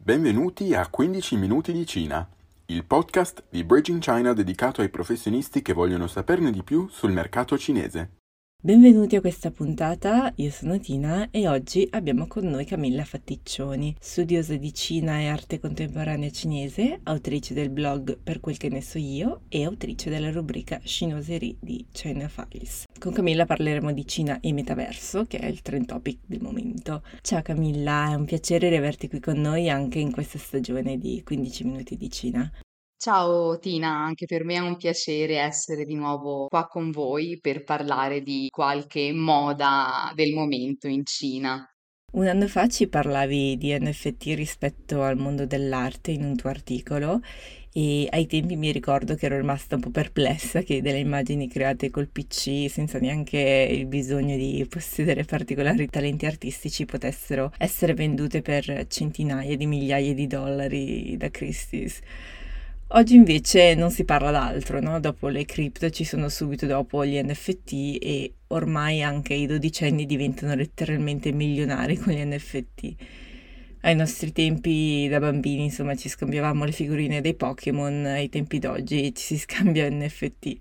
Benvenuti a 15 minuti di Cina, il podcast di Bridging China dedicato ai professionisti che vogliono saperne di più sul mercato cinese. Benvenuti a questa puntata, io sono Tina e oggi abbiamo con noi Camilla Fatticcioni, studiosa di Cina e arte contemporanea cinese, autrice del blog Per quel che ne so io e autrice della rubrica Chinoiserie di China Files. Con Camilla parleremo di Cina e metaverso, che è il trend topic del momento. Ciao Camilla, è un piacere riaverti qui con noi anche in questa stagione di 15 minuti di Cina. Ciao Tina, anche per me è un piacere essere di nuovo qua con voi per parlare di qualche moda del momento in Cina. Un anno fa ci parlavi di NFT rispetto al mondo dell'arte in un tuo articolo e ai tempi mi ricordo che ero rimasta un po' perplessa che delle immagini create col PC senza neanche il bisogno di possedere particolari talenti artistici potessero essere vendute per centinaia di migliaia di dollari da Christie's. Oggi invece non si parla d'altro, no? Dopo le cripto ci sono subito dopo gli NFT e ormai anche i dodicenni diventano letteralmente milionari con gli NFT. Ai nostri tempi da bambini, insomma, ci scambiavamo le figurine dei Pokémon, ai tempi d'oggi ci si scambia NFT.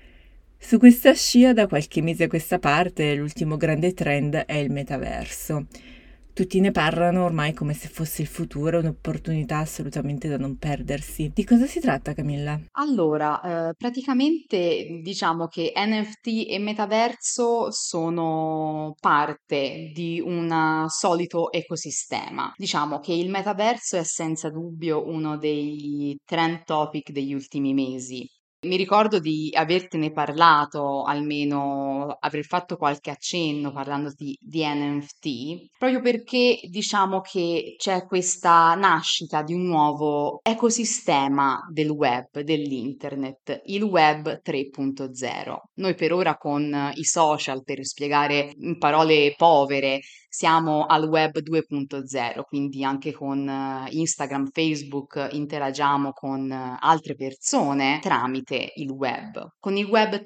Su questa scia, da qualche mese a questa parte, l'ultimo grande trend è il metaverso. Tutti ne parlano ormai come se fosse il futuro, un'opportunità assolutamente da non perdersi. Di cosa si tratta, Camilla? Allora, praticamente diciamo che NFT e metaverso sono parte di un solito ecosistema. Diciamo che il metaverso è senza dubbio uno dei trend topic degli ultimi mesi. Mi ricordo di avertene parlato, almeno aver fatto qualche accenno parlando di NFT, proprio perché diciamo che c'è questa nascita di un nuovo ecosistema del web, dell'internet, il web 3.0. Noi per ora con i social, per spiegare in parole povere, siamo al web 2.0, quindi anche con Instagram, Facebook interagiamo con altre persone tramite il web. Con il web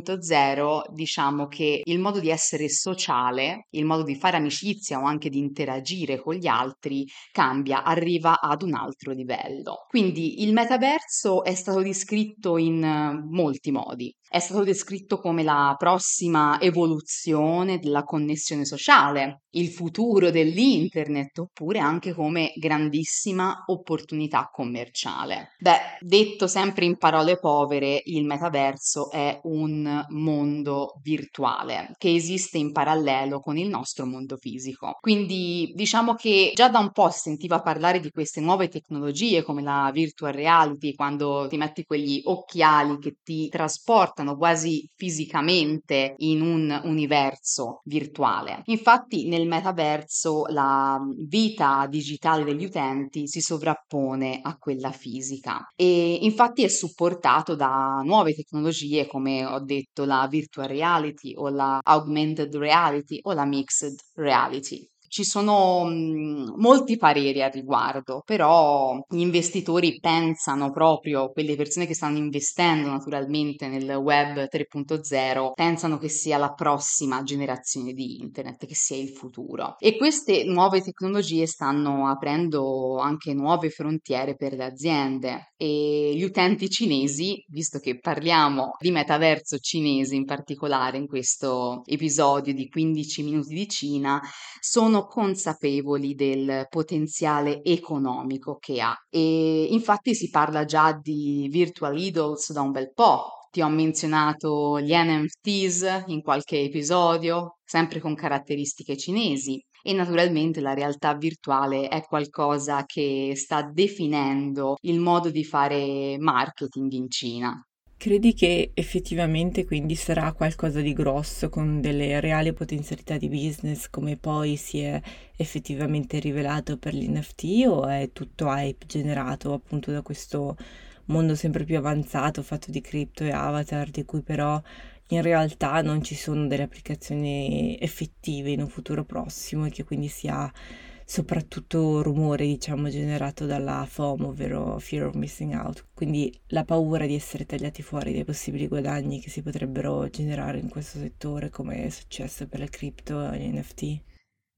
3.0 diciamo che il modo di essere sociale, il modo di fare amicizia o anche di interagire con gli altri cambia, arriva ad un altro livello. Quindi il metaverso è stato descritto in molti modi. È stato descritto come la prossima evoluzione della connessione sociale, il futuro dell'internet, oppure anche come grandissima opportunità commerciale. Beh, detto sempre in parole povere, il metaverso è un mondo virtuale che esiste in parallelo con il nostro mondo fisico. Quindi diciamo che già da un po' si sentiva parlare di queste nuove tecnologie come la virtual reality, quando ti metti quegli occhiali che ti trasportano quasi fisicamente in un universo virtuale. Infatti nel metaverso la vita digitale degli utenti si sovrappone a quella fisica e infatti è supportato da nuove tecnologie come ho detto la virtual reality o la augmented reality o la mixed reality. Ci sono molti pareri al riguardo, però gli investitori pensano proprio, quelle persone che stanno investendo naturalmente nel web 3.0, pensano che sia la prossima generazione di internet, che sia il futuro. E queste nuove tecnologie stanno aprendo anche nuove frontiere per le aziende e gli utenti cinesi, visto che parliamo di metaverso cinese in particolare in questo episodio di 15 minuti di Cina, sono consapevoli del potenziale economico che ha e infatti si parla già di virtual idols da un bel po'. Ti ho menzionato gli NFTs in qualche episodio, sempre con caratteristiche cinesi. E naturalmente la realtà virtuale è qualcosa che sta definendo il modo di fare marketing in Cina. Credi che effettivamente quindi sarà qualcosa di grosso con delle reali potenzialità di business come poi si è effettivamente rivelato per gli NFT o è tutto hype generato appunto da questo mondo sempre più avanzato fatto di cripto e avatar di cui però in realtà non ci sono delle applicazioni effettive in un futuro prossimo e che quindi si ha soprattutto rumore, diciamo, generato dalla FOMO, ovvero Fear of Missing Out, quindi la paura di essere tagliati fuori dai possibili guadagni che si potrebbero generare in questo settore, come è successo per le cripto e gli NFT.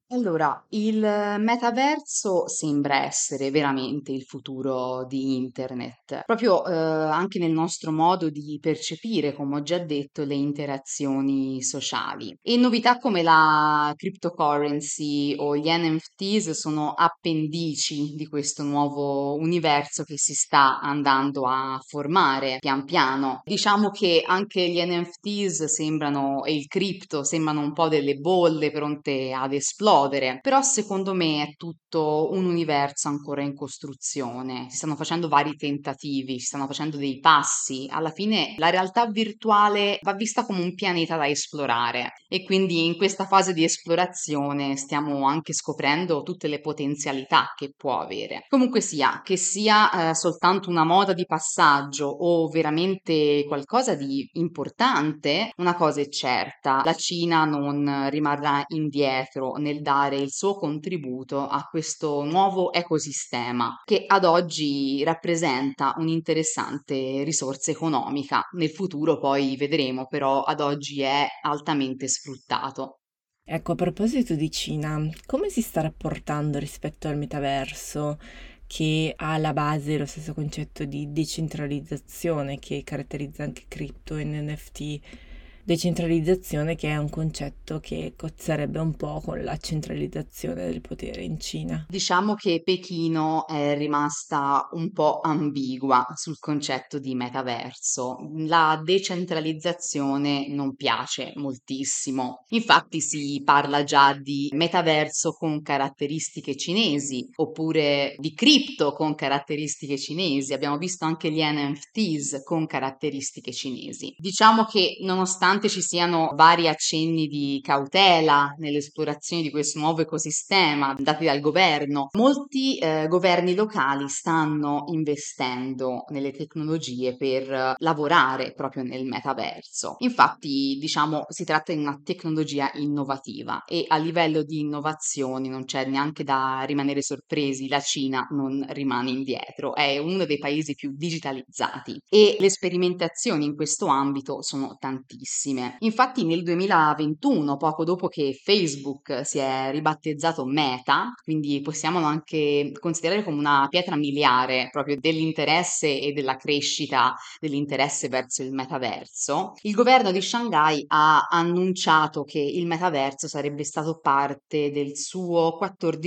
Allora, il metaverso sembra essere veramente il futuro di internet, proprio anche nel nostro modo di percepire, come ho già detto, le interazioni sociali. E novità come la cryptocurrency o gli NFTs sono appendici di questo nuovo universo che si sta andando a formare pian piano. Diciamo che anche gli NFTs sembrano e il cripto sembrano un po' delle bolle pronte ad esplodere, però secondo me è tutto un universo ancora in costruzione. Si stanno facendo vari tentativi, si stanno facendo dei passi. Alla fine la realtà virtuale va vista come un pianeta da esplorare e quindi in questa fase di esplorazione stiamo anche scoprendo tutte le potenzialità che può avere. Comunque sia, che sia soltanto una moda di passaggio o veramente qualcosa di importante, una cosa è certa, la Cina non rimarrà indietro nel dare il suo contributo a questo nuovo ecosistema che ad oggi rappresenta un'interessante risorsa economica. Nel futuro poi vedremo, però ad oggi è altamente sfruttato. Ecco, a proposito di Cina, come si sta rapportando rispetto al metaverso che ha alla base lo stesso concetto di decentralizzazione che caratterizza anche cripto e NFT? Decentralizzazione che è un concetto che cozzerebbe un po' con la centralizzazione del potere in Cina. Diciamo che Pechino è rimasta un po' ambigua sul concetto di metaverso. La decentralizzazione non piace moltissimo. Infatti si parla già di metaverso con caratteristiche cinesi oppure di cripto con caratteristiche cinesi. Abbiamo visto anche gli NFTs con caratteristiche cinesi. Diciamo che nonostante ci siano vari accenni di cautela nell'esplorazione di questo nuovo ecosistema dati dal governo, molti governi locali stanno investendo nelle tecnologie per lavorare proprio nel metaverso. Infatti, diciamo, si tratta di una tecnologia innovativa e a livello di innovazioni non c'è neanche da rimanere sorpresi, la Cina non rimane indietro, è uno dei paesi più digitalizzati e le sperimentazioni in questo ambito sono tantissime. Infatti nel 2021, poco dopo che Facebook si è ribattezzato Meta, quindi possiamo anche considerare come una pietra miliare proprio dell'interesse e della crescita dell'interesse verso il metaverso, il governo di Shanghai ha annunciato che il metaverso sarebbe stato parte del suo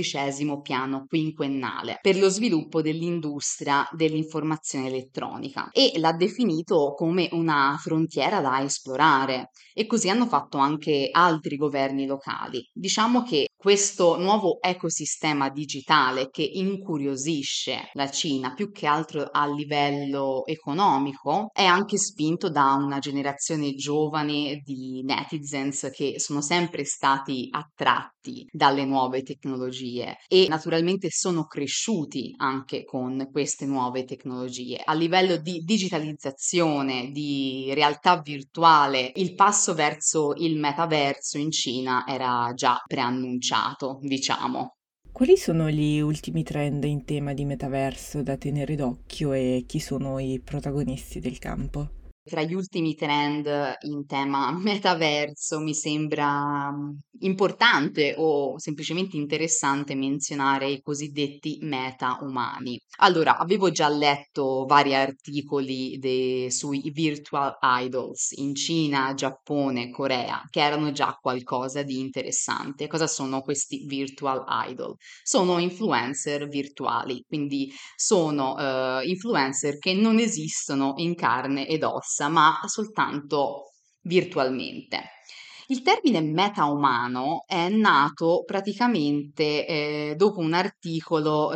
14° piano quinquennale per lo sviluppo dell'industria dell'informazione elettronica e l'ha definito come una frontiera da esplorare e così hanno fatto anche altri governi locali. Diciamo che questo nuovo ecosistema digitale che incuriosisce la Cina più che altro a livello economico è anche spinto da una generazione giovane di netizens che sono sempre stati attratti dalle nuove tecnologie e naturalmente sono cresciuti anche con queste nuove tecnologie. A livello di digitalizzazione, di realtà virtuale, il passo verso il metaverso in Cina era già preannunciato, diciamo. Quali sono gli ultimi trend in tema di metaverso da tenere d'occhio e chi sono i protagonisti del campo? Tra gli ultimi trend in tema metaverso mi sembra importante o semplicemente interessante menzionare i cosiddetti meta umani. Allora, avevo già letto vari articoli sui virtual idols in Cina, Giappone, Corea, che erano già qualcosa di interessante. Cosa sono questi virtual idol? Sono influencer virtuali, quindi sono influencer che non esistono in carne ed ossa, ma soltanto virtualmente. Il termine metaumano è nato praticamente dopo un articolo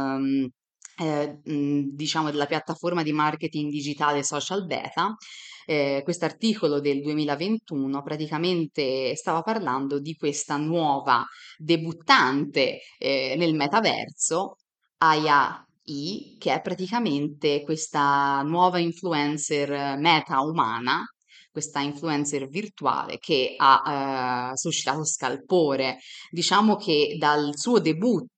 diciamo della piattaforma di marketing digitale Social Beta. Questo articolo del 2021 praticamente stava parlando di questa nuova debuttante nel metaverso, Aya che è praticamente questa nuova influencer meta umana, questa influencer virtuale che ha suscitato scalpore. Diciamo che dal suo debutto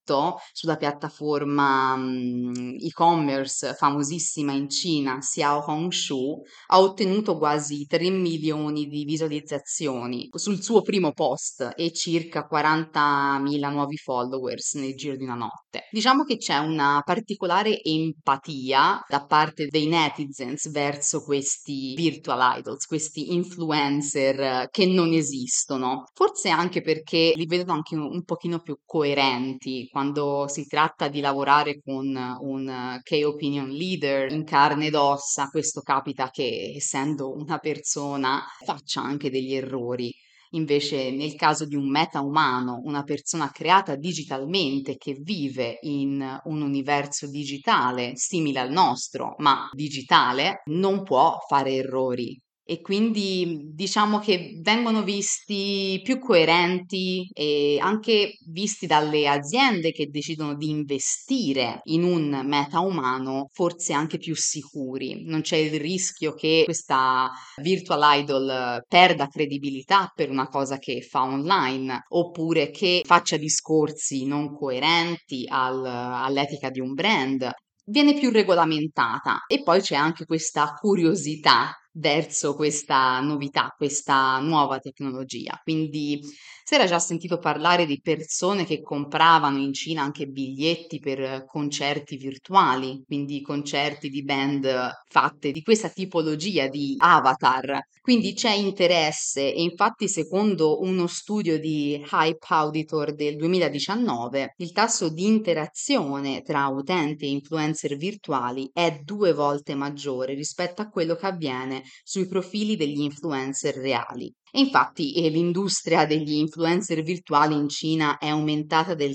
soprattutto sulla piattaforma e-commerce famosissima in Cina, Xiaohongshu, ha ottenuto quasi 3 milioni di visualizzazioni sul suo primo post e circa 40.000 nuovi followers nel giro di una notte. Diciamo che c'è una particolare empatia da parte dei netizens verso questi virtual idols, questi influencer che non esistono. Forse anche perché li vedono anche un pochino più coerenti quando si tratta di lavorare con un key opinion leader in carne ed ossa. Questo capita che, essendo una persona, faccia anche degli errori. Invece, nel caso di un meta-umano, una persona creata digitalmente che vive in un universo digitale simile al nostro, ma digitale, non può fare errori. E quindi diciamo che vengono visti più coerenti e anche visti dalle aziende che decidono di investire in un meta umano, forse anche più sicuri. Non c'è il rischio che questa virtual idol perda credibilità per una cosa che fa online, oppure che faccia discorsi non coerenti all'etica di un brand. Viene più regolamentata e poi c'è anche questa curiosità verso questa novità, questa nuova tecnologia. Quindi si era già sentito parlare di persone che compravano in Cina anche biglietti per concerti virtuali, quindi concerti di band fatte di questa tipologia di avatar. Quindi c'è interesse e infatti secondo uno studio di Hype Auditor del 2019 il tasso di interazione tra utenti e influencer virtuali è 2 volte maggiore rispetto a quello che avviene sui profili degli influencer reali. E infatti l'industria degli influencer virtuali in Cina è aumentata del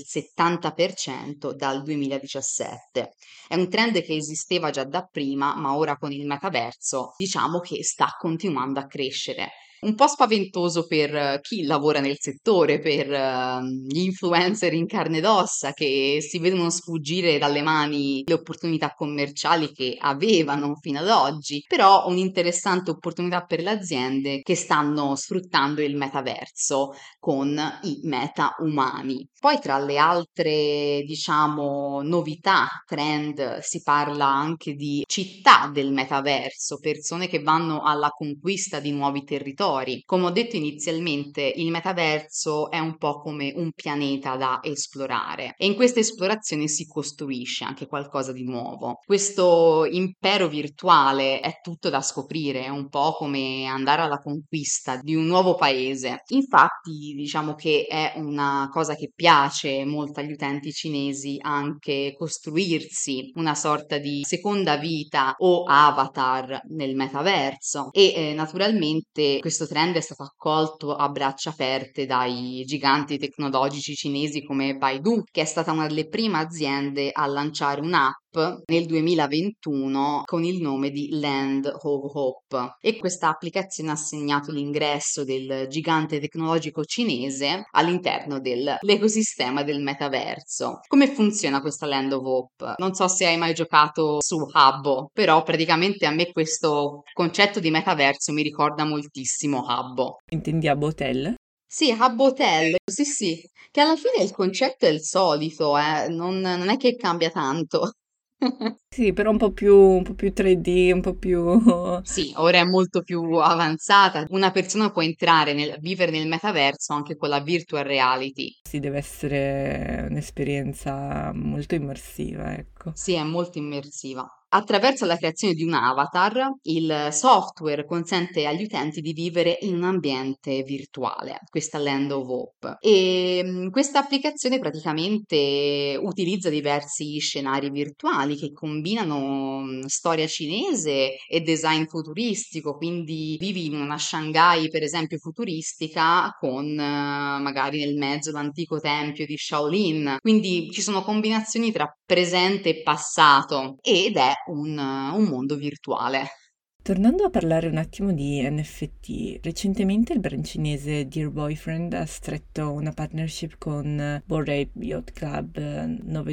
70% dal 2017. È un trend che esisteva già da prima, ma ora con il metaverso diciamo che sta continuando a crescere. Un po' spaventoso per chi lavora nel settore, per gli influencer in carne ed ossa che si vedono sfuggire dalle mani le opportunità commerciali che avevano fino ad oggi, però un'interessante opportunità per le aziende che stanno sfruttando il metaverso con i meta umani. Poi tra le altre, diciamo, novità, trend, si parla anche di città del metaverso, persone che vanno alla conquista di nuovi territori. Come ho detto inizialmente, il metaverso è un po' come un pianeta da esplorare e in questa esplorazione si costruisce anche qualcosa di nuovo. Questo impero virtuale è tutto da scoprire, è un po' come andare alla conquista di un nuovo paese. Infatti, diciamo che è una cosa che piace molto agli utenti cinesi anche costruirsi una sorta di seconda vita o avatar nel metaverso e naturalmente questo trend è stato accolto a braccia aperte dai giganti tecnologici cinesi come Baidu, che è stata una delle prime aziende a lanciare un'app nel 2021 con il nome di Land of Hope e questa applicazione ha segnato l'ingresso del gigante tecnologico cinese all'interno dell'ecosistema del metaverso. Come funziona questa Land of Hope? Non so se hai mai giocato su Habbo, però praticamente a me questo concetto di metaverso mi ricorda moltissimo Habbo. Intendi a Botel? Sì, Habbo Hotel, sì sì, che alla fine il concetto è il solito, non è che cambia tanto. Sì, però un po' più 3D, un po' più... Sì, ora è molto più avanzata. Una persona può entrare vivere nel metaverso anche con la virtual reality. Sì, deve essere un'esperienza molto immersiva, ecco. Sì, è molto immersiva. Attraverso la creazione di un avatar, il software consente agli utenti di vivere in un ambiente virtuale, questa Land of Hope. E questa applicazione praticamente utilizza diversi scenari virtuali che combinano storia cinese e design futuristico, quindi vivi in una Shanghai, per esempio, futuristica con magari nel mezzo l'antico tempio di Shaolin. Quindi ci sono combinazioni tra presente e passato ed è un mondo virtuale. Tornando a parlare un attimo di NFT, recentemente il brand cinese Dear Boyfriend ha stretto una partnership con Bored Ape Yacht Club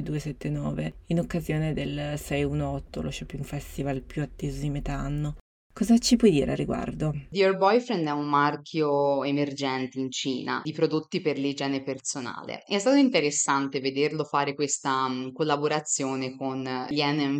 9279 in occasione del 618, lo shopping festival più atteso di metà anno. Cosa ci puoi dire a riguardo? Dear Boyfriend è un marchio emergente in Cina di prodotti per l'igiene personale. È stato interessante vederlo fare questa collaborazione con gli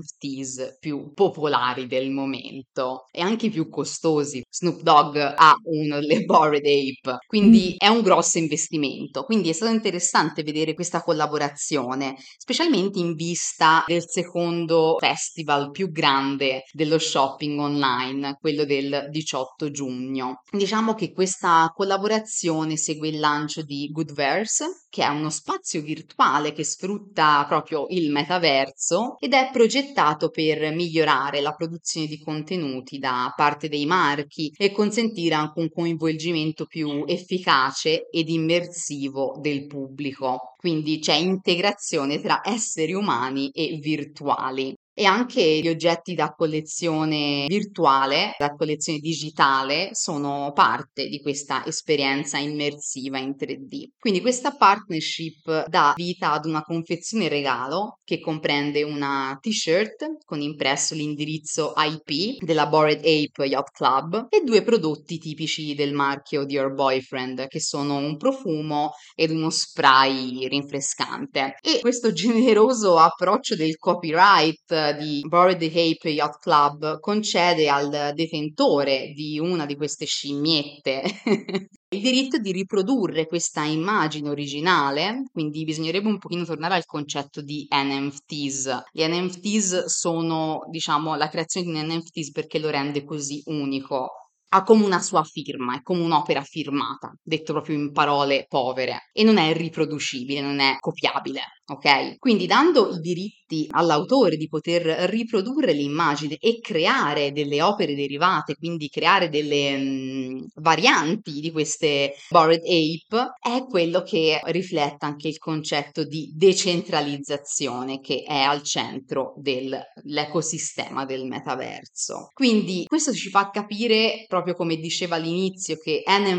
NFTs più popolari del momento e anche più costosi. Snoop Dogg ha uno delle Bored Ape, quindi è un grosso investimento. Quindi è stato interessante vedere questa collaborazione, specialmente in vista del secondo festival più grande dello shopping online, quello del 18 giugno. Diciamo che questa collaborazione segue il lancio di Goodverse, che è uno spazio virtuale che sfrutta proprio il metaverso ed è progettato per migliorare la produzione di contenuti da parte dei marchi e consentire anche un coinvolgimento più efficace ed immersivo del pubblico. Quindi c'è integrazione tra esseri umani e virtuali. E anche gli oggetti da collezione virtuale, da collezione digitale, sono parte di questa esperienza immersiva in 3D. Quindi questa partnership dà vita ad una confezione regalo che comprende una t-shirt con impresso l'indirizzo IP della Bored Ape Yacht Club e due prodotti tipici del marchio Dear Boyfriend, che sono un profumo ed uno spray rinfrescante. E questo generoso approccio del copyright di Bored Ape Yacht Club concede al detentore di una di queste scimmiette il diritto di riprodurre questa immagine originale, quindi bisognerebbe un pochino tornare al concetto di NFTs. Gli NFTs sono, diciamo, la creazione di un NFTs perché lo rende così unico. Ha come una sua firma, è come un'opera firmata, detto proprio in parole povere, e non è riproducibile, non è copiabile, ok? Quindi dando i diritti all'autore di poter riprodurre l'immagine e creare delle opere derivate, quindi creare delle varianti di queste Bored Ape, è quello che riflette anche il concetto di decentralizzazione che è al centro dell'ecosistema del metaverso. Quindi questo ci fa capire, proprio come diceva all'inizio, che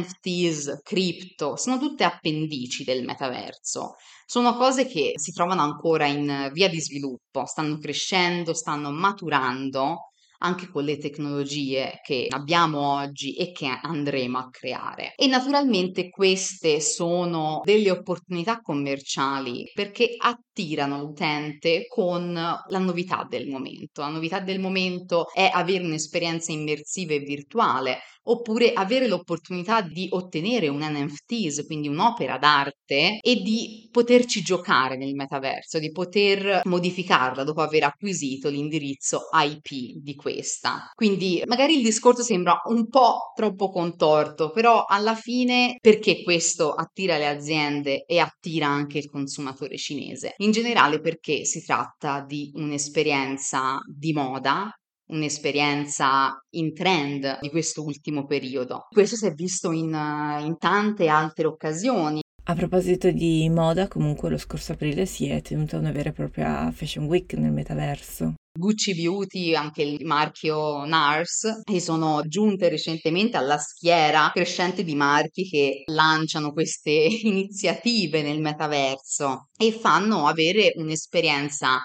NFTs, cripto, sono tutte appendici del metaverso. Sono cose che si trovano ancora in via di sviluppo, stanno crescendo, stanno maturando anche con le tecnologie che abbiamo oggi e che andremo a creare. E naturalmente queste sono delle opportunità commerciali perché attirano l'utente con la novità del momento. La novità del momento è avere un'esperienza immersiva e virtuale oppure avere l'opportunità di ottenere un NFTs, quindi un'opera d'arte, e di poterci giocare nel metaverso, di poter modificarla dopo aver acquisito l'indirizzo IP di questa. Quindi magari il discorso sembra un po' troppo contorto, però alla fine perché questo attira le aziende e attira anche il consumatore cinese? In generale perché si tratta di un'esperienza di moda, un'esperienza in trend di questo ultimo periodo. Questo si è visto in tante altre occasioni. A proposito di moda, comunque lo scorso aprile si è tenuta una vera e propria Fashion Week nel metaverso. Gucci Beauty, anche il marchio NARS, e sono giunte recentemente alla schiera crescente di marchi che lanciano queste iniziative nel metaverso e fanno avere un'esperienza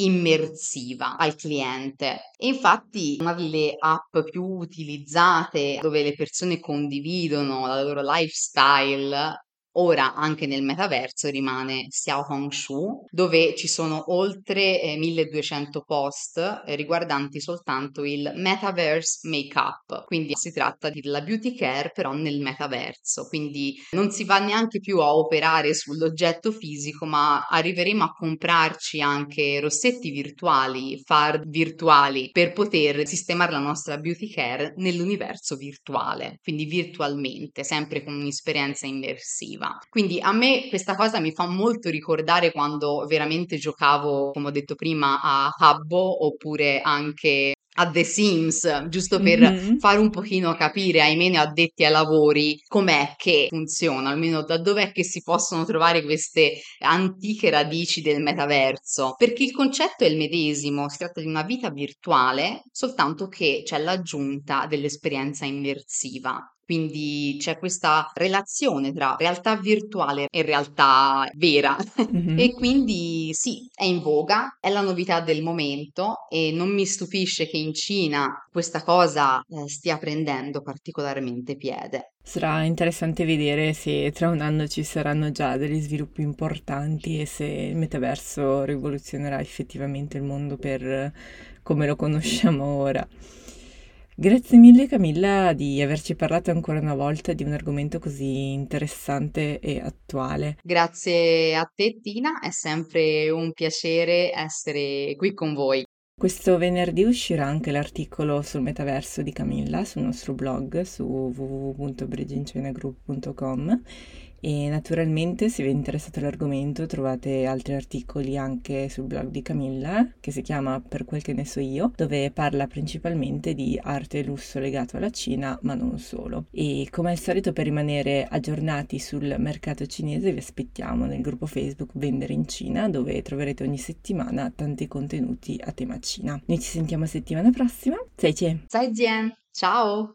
immersiva al cliente. E infatti una delle app più utilizzate dove le persone condividono la loro lifestyle ora anche nel metaverso rimane Xiao Hongshu, dove ci sono oltre 1200 post riguardanti soltanto il metaverse make-up. Quindi si tratta della beauty care però nel metaverso. Quindi non si va neanche più a operare sull'oggetto fisico, ma arriveremo a comprarci anche rossetti virtuali, fard virtuali per poter sistemare la nostra beauty care nell'universo virtuale, quindi virtualmente, sempre con un'esperienza immersiva. Quindi a me questa cosa mi fa molto ricordare quando veramente giocavo, come ho detto prima, a Habbo oppure anche a The Sims, giusto per Mhm. fare un pochino capire ai meno addetti ai lavori com'è che funziona, almeno da dov'è che si possono trovare queste antiche radici del metaverso, perché il concetto è il medesimo, si tratta di una vita virtuale, soltanto che c'è l'aggiunta dell'esperienza immersiva. quindi c'è questa relazione tra realtà virtuale e realtà vera. Mhm. E quindi sì, è in voga, è la novità del momento e non mi stupisce che in Cina questa cosa stia prendendo particolarmente piede. Sarà interessante vedere se tra un anno ci saranno già degli sviluppi importanti e se il metaverso rivoluzionerà effettivamente il mondo per come lo conosciamo ora. Grazie mille Camilla di averci parlato ancora una volta di un argomento così interessante e attuale. Grazie a te, Tina, è sempre un piacere essere qui con voi. Questo venerdì uscirà anche l'articolo sul metaverso di Camilla sul nostro blog su www.bridgingchinagroup.com e naturalmente se vi è interessato l'argomento trovate altri articoli anche sul blog di Camilla che si chiama Per quel che ne so io, dove parla principalmente di arte e lusso legato alla Cina, ma non solo. E come al solito per rimanere aggiornati sul mercato cinese vi aspettiamo nel gruppo Facebook Vendere in Cina, dove troverete ogni settimana tanti contenuti a tema Cina. Noi ci sentiamo settimana prossima. 再见! 再见，ciao!